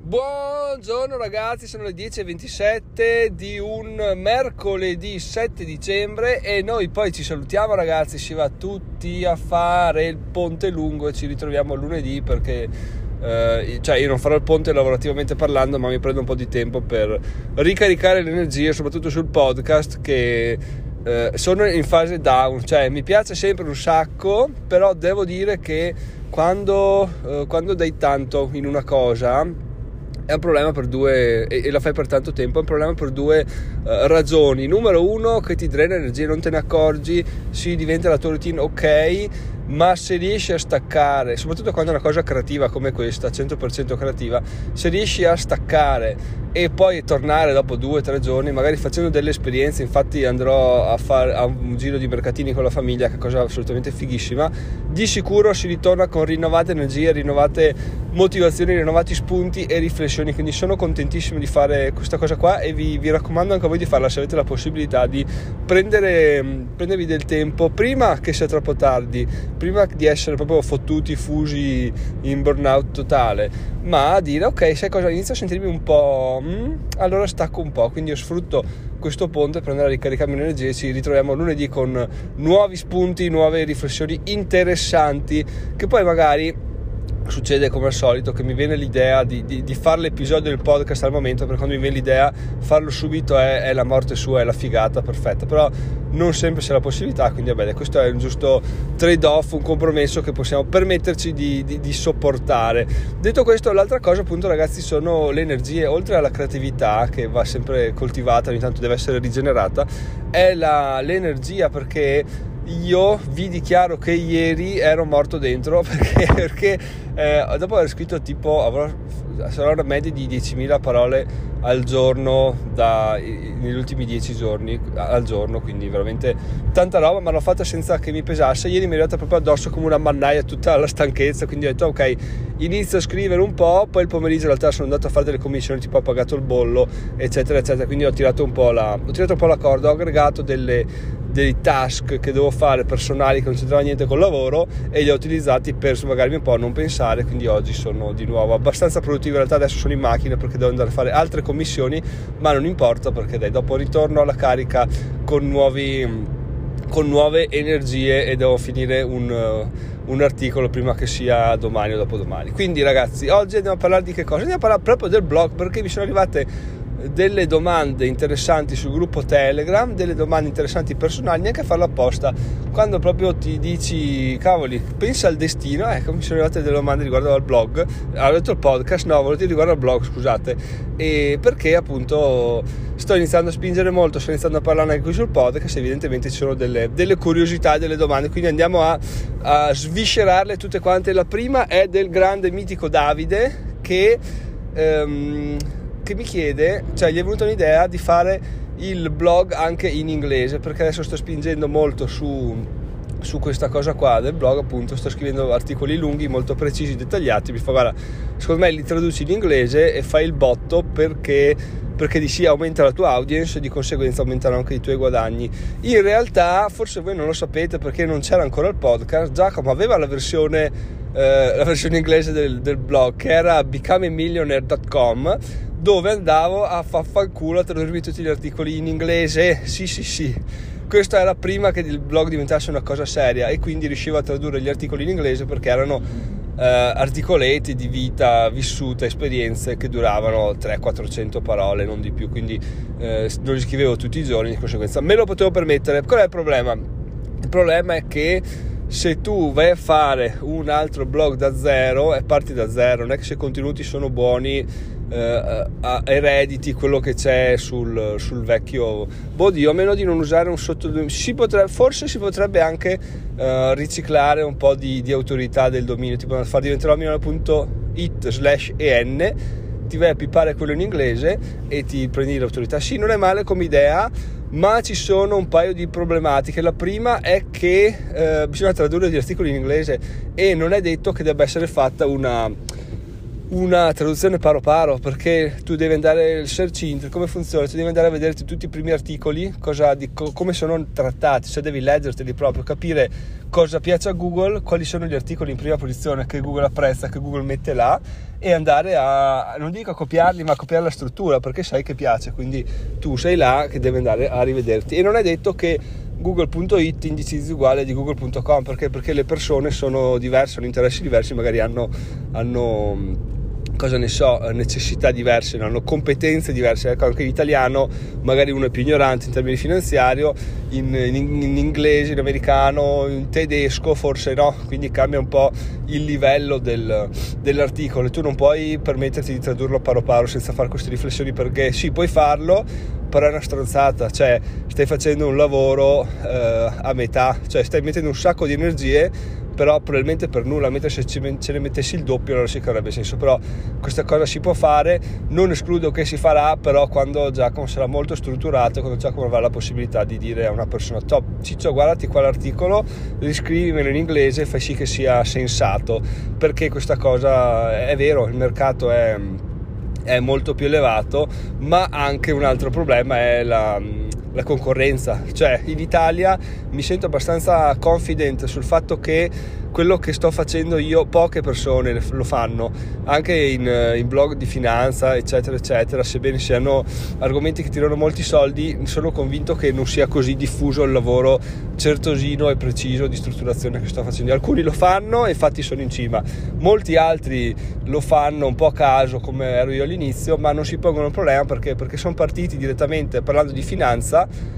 Buongiorno ragazzi, sono le 10:27 di un mercoledì 7 dicembre e noi poi ci salutiamo ragazzi, si va tutti a fare il ponte lungo e ci ritroviamo lunedì perché io non farò il ponte lavorativamente parlando, ma mi prendo un po' di tempo per ricaricare le energie, soprattutto sul podcast che sono in fase down, cioè mi piace sempre un sacco, però devo dire che quando dai tanto in una cosa è un problema per due, e la fai per tanto tempo, è un problema per due ragioni. Numero uno, che ti drena energia, non te ne accorgi, si diventa la tua routine, ok, ma se riesci a staccare, soprattutto quando è una cosa creativa come questa, 100% creativa, se riesci a staccare e poi tornare dopo 2 o 3 giorni, magari facendo delle esperienze, infatti andrò a fare un giro di mercatini con la famiglia, che è cosa assolutamente fighissima, di sicuro si ritorna con rinnovate energie, rinnovate motivazioni, rinnovati spunti e riflessioni, quindi sono contentissimo di fare questa cosa qua e vi raccomando anche a voi di farla se avete la possibilità, di prendervi del tempo prima che sia troppo tardi, prima di essere proprio fottuti, fusi in burnout totale, ma a dire ok, sai cosa, inizio a sentirmi un po', allora stacco un po', quindi io sfrutto questo ponte per andare a ricaricarmi le energie. Ci ritroviamo lunedì con nuovi spunti, nuove riflessioni interessanti, che poi magari succede come al solito che mi viene l'idea di fare l'episodio del podcast al momento, perché quando mi viene l'idea farlo subito è la morte sua, è la figata perfetta, però non sempre c'è la possibilità, quindi vabbè, questo è un giusto trade-off, un compromesso che possiamo permetterci di sopportare. Detto questo, l'altra cosa appunto ragazzi sono le energie, oltre alla creatività che va sempre coltivata, ogni tanto deve essere rigenerata, è l'energia, perché io vi dichiaro che ieri ero morto dentro perché dopo aver scritto sarà una media di 10.000 parole al giorno negli ultimi 10 giorni al giorno, quindi veramente tanta roba, ma l'ho fatta senza che mi pesasse. Ieri mi è arrivata proprio addosso come una mannaia tutta la stanchezza, quindi ho detto ok, inizio a scrivere un po', poi il pomeriggio in realtà sono andato a fare delle commissioni, tipo ho pagato il bollo eccetera eccetera, quindi ho tirato un po' la corda, ho aggregato dei task che devo fare personali che non c'entrava niente col lavoro e li ho utilizzati per svagarmi un po', a non pensare, quindi oggi sono di nuovo abbastanza produttivo. In realtà adesso sono in macchina perché devo andare a fare altre commissioni, ma non importa perché dopo ritorno alla carica con nuove energie e devo finire un articolo prima che sia domani o dopodomani. Quindi ragazzi, oggi andiamo a parlare di che cosa? Andiamo a parlare proprio del blog, perché mi sono arrivate delle domande interessanti sul gruppo Telegram, delle domande interessanti personali, neanche a farlo apposta, quando proprio ti dici cavoli, pensa al destino. Ecco, mi sono arrivate delle domande riguardo al blog, ho detto il podcast, no, volevo dire riguardo al blog, scusate, e perché appunto sto iniziando a spingere molto, sto iniziando a parlare anche qui sul podcast, evidentemente ci sono delle curiosità, delle domande, quindi andiamo a sviscerarle tutte quante. La prima è del grande mitico Davide che mi chiede, cioè gli è venuta un'idea di fare il blog anche in inglese, perché adesso sto spingendo molto su questa cosa qua del blog, appunto sto scrivendo articoli lunghi, molto precisi, dettagliati. Mi fa guarda, secondo me li traduci in inglese e fai il botto, perché di sì aumenta la tua audience e di conseguenza aumentano anche i tuoi guadagni. In realtà forse voi non lo sapete perché non c'era ancora il podcast, Giacomo aveva la versione inglese del blog, che era becomemillionaire.com, dove andavo a fanculo a tradurmi tutti gli articoli in inglese. Sì, questa era prima che il blog diventasse una cosa seria, e quindi riuscivo a tradurre gli articoli in inglese perché erano articoletti di vita vissuta, esperienze che duravano 300-400 parole, non di più, quindi non li scrivevo tutti i giorni, di conseguenza me lo potevo permettere. Qual è il problema? Il problema è che se tu vai a fare un altro blog da zero e parti da zero, non è che se i contenuti sono buoni erediti quello che c'è sul vecchio a meno di non usare un forse si potrebbe anche riciclare un po' di autorità del dominio, tipo far diventare domino.it/en, ti vai a pipare quello in inglese e ti prendi l'autorità. Sì, non è male come idea, ma ci sono un paio di problematiche. La prima è che bisogna tradurre gli articoli in inglese e non è detto che debba essere fatta una traduzione paro paro, perché tu devi andare il search engine, come funziona, tu devi andare a vederti tutti i primi articoli, come sono trattati, cioè devi leggerteli proprio, capire cosa piace a Google, quali sono gli articoli in prima posizione che Google apprezza, che Google mette là, e andare non dico a copiarli, ma a copiare la struttura, perché sai che piace, quindi tu sei là che devi andare a rivederti. E non è detto che Google.it indicizzi uguale di Google.com, perché le persone sono diverse, hanno interessi diversi, magari hanno cosa ne so, necessità diverse, hanno competenze diverse. Ecco, anche in italiano magari uno è più ignorante in termini finanziari, in inglese, in americano, in tedesco forse no, quindi cambia un po' il livello dell'articolo, e tu non puoi permetterti di tradurlo paro paro senza fare queste riflessioni, perché sì, puoi farlo, però è una stronzata, cioè stai facendo un lavoro a metà, cioè stai mettendo un sacco di energie, però probabilmente per nulla, mentre se ce ne mettessi il doppio allora sì che avrebbe senso. Però questa cosa si può fare, non escludo che si farà, però quando Giacomo sarà molto strutturato, quando Giacomo avrà la possibilità di dire a una persona: top Ciccio, guardati quell'articolo, riscrivimelo in inglese, fai sì che sia sensato, perché questa cosa è vero, il mercato è molto più elevato, ma anche un altro problema è la concorrenza. Cioè in Italia mi sento abbastanza confident sul fatto che quello che sto facendo io poche persone lo fanno, anche in blog di finanza eccetera eccetera, sebbene siano argomenti che tirano molti soldi, sono convinto che non sia così diffuso il lavoro certosino e preciso di strutturazione che sto facendo. Alcuni lo fanno e infatti sono in cima, molti altri lo fanno un po' a caso come ero io all'inizio, ma non si pongono un problema perché sono partiti direttamente parlando di finanza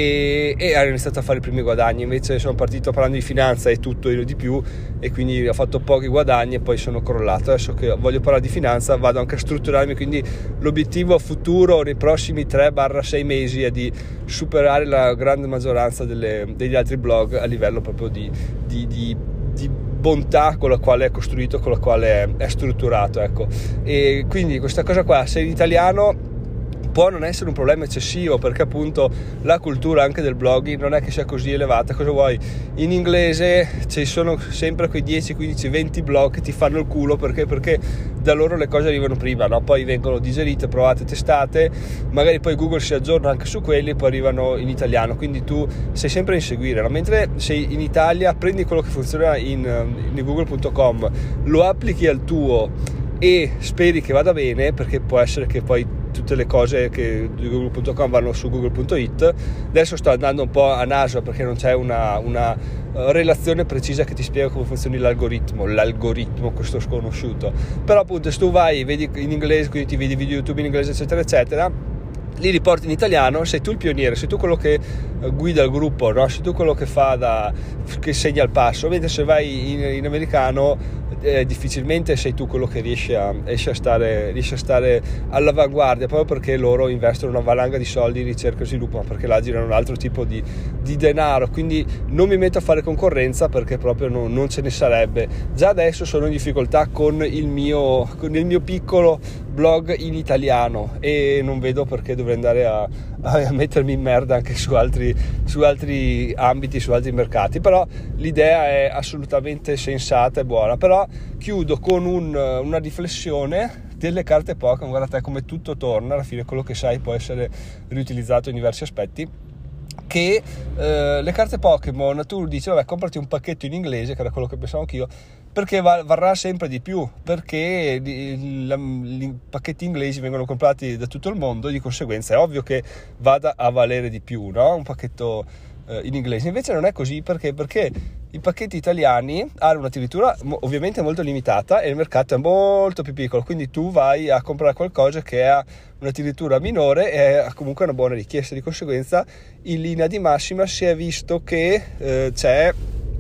e hanno iniziato a fare i primi guadagni. Invece sono partito parlando di finanza e tutto e di più, e quindi ho fatto pochi guadagni e poi sono crollato. Adesso che voglio parlare di finanza vado anche a strutturarmi, quindi l'obiettivo futuro nei prossimi 3-6 mesi è di superare la grande maggioranza degli altri blog a livello proprio di bontà con la quale è costruito, con la quale è strutturato, ecco. E quindi questa cosa qua, se in italiano, può non essere un problema eccessivo, perché appunto la cultura anche del blogging non è che sia così elevata. Cosa vuoi? In inglese ci sono sempre quei 10, 15, 20 blog che ti fanno il culo, perché da loro le cose arrivano prima, no? Poi vengono digerite, provate, testate, magari poi Google si aggiorna anche su quelli e poi arrivano in italiano, quindi tu sei sempre a inseguire, no? Mentre sei in Italia, prendi quello che funziona in Google.com, lo applichi al tuo e speri che vada bene, perché può essere che poi tutte le cose che di Google.com vanno su Google.it. Adesso sto andando un po' a naso perché non c'è una relazione precisa che ti spiega come funzioni l'algoritmo questo sconosciuto, però appunto se tu vai, vedi in inglese, quindi ti vedi video YouTube in inglese eccetera eccetera, li riporti in italiano, sei tu il pioniere, sei tu quello che guida il gruppo, no? Sei tu quello che che segna il passo, mentre se vai in americano difficilmente sei tu quello che riesce a stare all'avanguardia, proprio perché loro investono una valanga di soldi in ricerca e sviluppo, ma perché là girano un altro tipo di denaro. Quindi non mi metto a fare concorrenza, perché proprio non ce ne sarebbe. Già adesso sono in difficoltà con il mio piccolo blog in italiano, e non vedo perché dovrei andare a mettermi in merda anche su altri ambiti, su altri mercati. Però l'idea è assolutamente sensata e buona. Però chiudo con una riflessione delle carte Pokémon. Guarda te come tutto torna, alla fine quello che sai può essere riutilizzato in diversi aspetti. Che le carte Pokémon, tu dici vabbè, comprati un pacchetto in inglese, che era quello che pensavo anch'io, perché varrà sempre di più, perché i pacchetti inglesi vengono comprati da tutto il mondo, di conseguenza è ovvio che vada a valere di più, no? Un pacchetto in inglese. Invece non è così, perché i pacchetti italiani hanno una tiritura ovviamente molto limitata e il mercato è molto più piccolo, quindi tu vai a comprare qualcosa che ha una tiritura minore e ha comunque una buona richiesta. Di conseguenza in linea di massima si è visto che c'è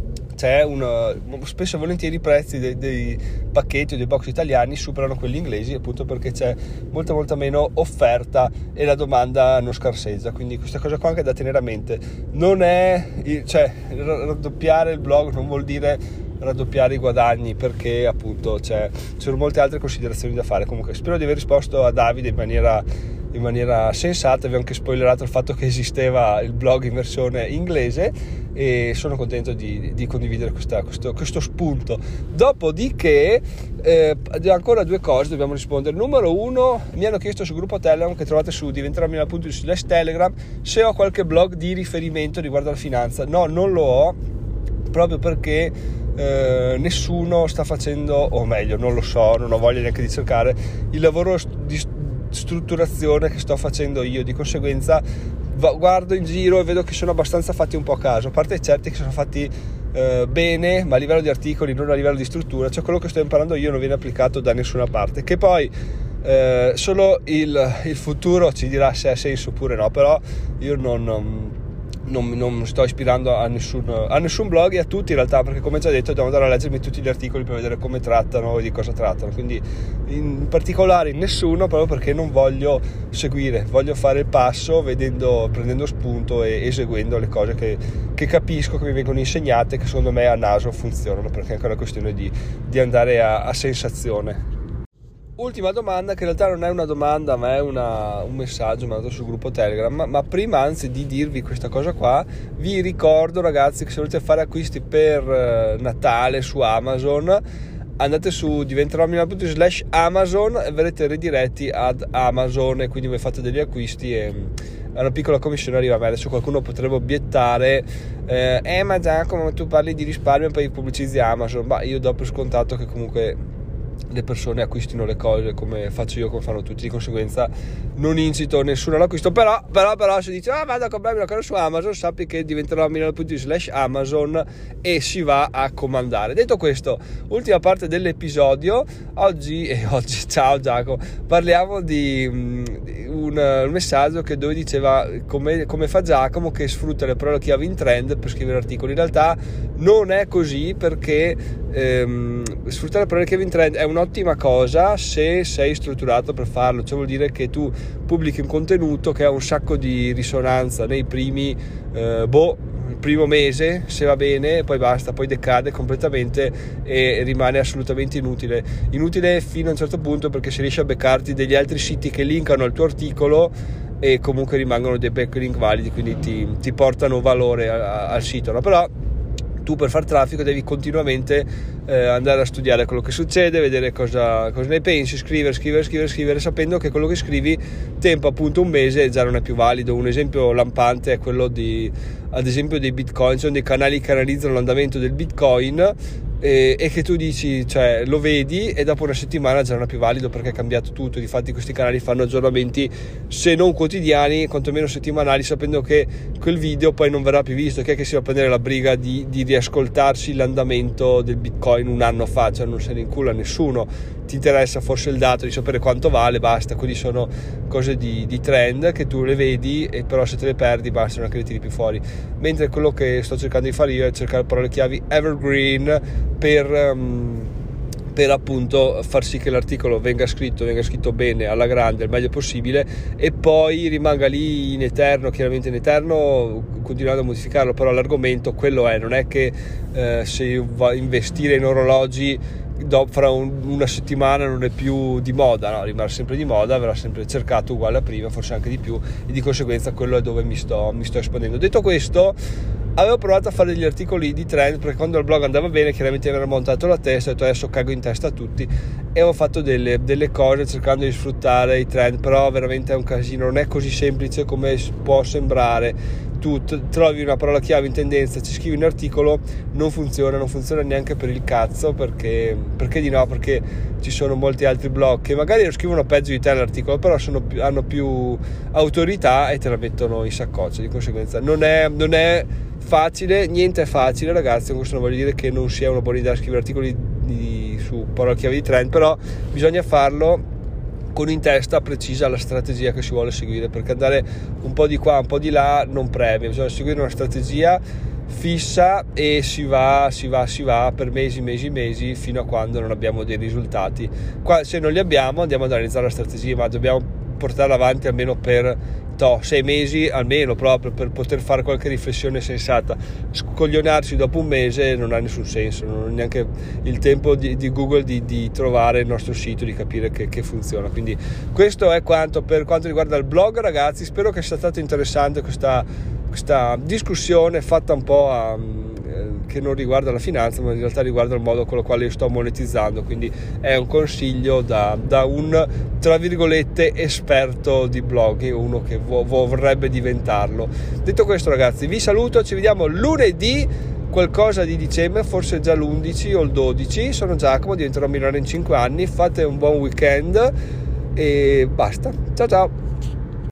spesso e volentieri i prezzi dei pacchetti o dei box italiani superano quelli inglesi, appunto perché c'è molta meno offerta e la domanda non scarseggia. Quindi questa cosa qua anche da tenere a mente. Non è raddoppiare il blog non vuol dire raddoppiare i guadagni, perché appunto ci sono molte altre considerazioni da fare. Comunque spero di aver risposto a Davide in maniera in maniera sensata. Vi ho anche spoilerato il fatto che esisteva il blog in versione inglese e sono contento di condividere questo spunto. Dopodiché ancora due cose dobbiamo rispondere. Numero uno, mi hanno chiesto sul gruppo Telegram, che trovate su diventeromilano.it/Telegram, se ho qualche blog di riferimento riguardo alla finanza. No, non lo ho, proprio perché nessuno sta facendo, o meglio, non lo so, non ho voglia neanche di cercare il lavoro di strutturazione che sto facendo io. Di conseguenza guardo in giro e vedo che sono abbastanza fatti un po' a caso, a parte certi che sono fatti bene, ma a livello di articoli, non a livello di struttura. Cioè quello che sto imparando io non viene applicato da nessuna parte, che poi solo il futuro ci dirà se ha senso oppure no. Però io non sto ispirando a nessun blog, e a tutti in realtà, perché come già detto devo andare a leggermi tutti gli articoli per vedere come trattano e di cosa trattano, quindi in particolare in nessuno, proprio perché non voglio seguire, voglio fare il passo prendendo spunto e eseguendo le cose che capisco, che mi vengono insegnate, che secondo me a naso funzionano, perché è anche una questione di andare a sensazione. Ultima domanda, che in realtà non è una domanda ma è un messaggio mandato sul gruppo Telegram, ma prima anzi di dirvi questa cosa qua, vi ricordo ragazzi che se volete fare acquisti per Natale su Amazon, andate su diventeromilano.it/Amazon e verrete ridiretti ad Amazon, e quindi voi fate degli acquisti e una piccola commissione arriva a me. Adesso qualcuno potrebbe obiettare ma Giacomo, tu parli di risparmio e poi pubblicizzi Amazon. Ma io do per scontato che comunque le persone acquistino le cose come faccio io, come fanno tutti, di conseguenza non incito nessuno all'acquisto. Però se dici vado a comprarmi una cosa su Amazon, sappi che diventerò a milano.it/Amazon e si va a comandare. Detto questo, ultima parte dell'episodio. Oggi ciao Giacomo, parliamo di un messaggio dove diceva come fa Giacomo, che sfrutta le parole chiave in trend per scrivere articoli. In realtà non è così, perché sfruttare le parole chiave in trend è un'ottima cosa se sei strutturato per farlo. Cioè vuol dire che tu pubblichi un contenuto che ha un sacco di risonanza nei primi il primo mese, se va bene, poi basta, poi decade completamente e rimane assolutamente inutile fino a un certo punto, perché se riesci a beccarti degli altri siti che linkano al tuo articolo e comunque rimangono dei backlink validi, quindi ti portano valore al sito, no? Però tu per far traffico devi continuamente andare a studiare quello che succede, vedere cosa ne pensi, scrivere, sapendo che quello che scrivi tempo appunto un mese già non è più valido. Un esempio lampante è quello ad esempio dei bitcoin. Sono dei canali che analizzano l'andamento del bitcoin e che tu dici, cioè lo vedi e dopo una settimana già non è più valido perché è cambiato tutto. Difatti questi canali fanno aggiornamenti, se non quotidiani, quantomeno settimanali, sapendo che quel video poi non verrà più visto. Chi è che si va a prendere la briga di riascoltarsi l'andamento del bitcoin un anno fa? Cioè non se ne incula nessuno. Ti interessa forse il dato di sapere quanto vale, basta. Quindi sono cose di trend che tu le vedi, e però se te le perdi basta, non è che le tiri più fuori. Mentre quello che sto cercando di fare io è cercare parole chiavi evergreen per appunto far sì che l'articolo venga scritto bene, alla grande, il meglio possibile, e poi rimanga lì in eterno, chiaramente in eterno, continuando a modificarlo. Però l'argomento quello è, non è che se va a investire in orologi fra una settimana non è più di moda, no, rimarrà sempre di moda, verrà sempre cercato uguale a prima, forse anche di più, e di conseguenza quello è dove mi sto espandendo. Detto questo, avevo provato a fare degli articoli di trend, perché quando il blog andava bene chiaramente mi ero montato la testa e ho detto adesso cago in testa a tutti, e ho fatto delle cose cercando di sfruttare i trend, però veramente è un casino, non è così semplice come può sembrare. Tu trovi una parola chiave in tendenza, ci scrivi un articolo, non funziona neanche per il cazzo, perché di no? Perché ci sono molti altri blog che magari lo scrivono peggio di te l'articolo, però hanno più autorità e te la mettono in saccoccia. Di conseguenza non è facile, niente è facile ragazzi. Con questo non voglio dire che non sia una buona idea scrivere articoli su parola chiave di trend, però bisogna farlo con in testa precisa la strategia che si vuole seguire, perché andare un po' di qua un po' di là non premia. Bisogna seguire una strategia fissa e si va per mesi fino a quando non abbiamo dei risultati. Se non li abbiamo andiamo ad analizzare la strategia, ma dobbiamo portarla avanti almeno per 6 mesi, almeno, proprio per poter fare qualche riflessione sensata. Scoglionarci dopo un mese non ha nessun senso, non ho neanche il tempo di Google di trovare il nostro sito, di capire che funziona. Quindi questo è quanto per quanto riguarda il blog, ragazzi. Spero che sia stato interessante questa discussione fatta un po' che non riguarda la finanza, ma in realtà riguarda il modo con il quale io sto monetizzando. Quindi è un consiglio da un, tra virgolette, esperto di blogging, uno che vorrebbe diventarlo. Detto questo, ragazzi, vi saluto, ci vediamo lunedì qualcosa di dicembre, forse già l'11 o il 12. Sono Giacomo, diventerò milionario in 5 anni. Fate un buon weekend e basta. Ciao ciao.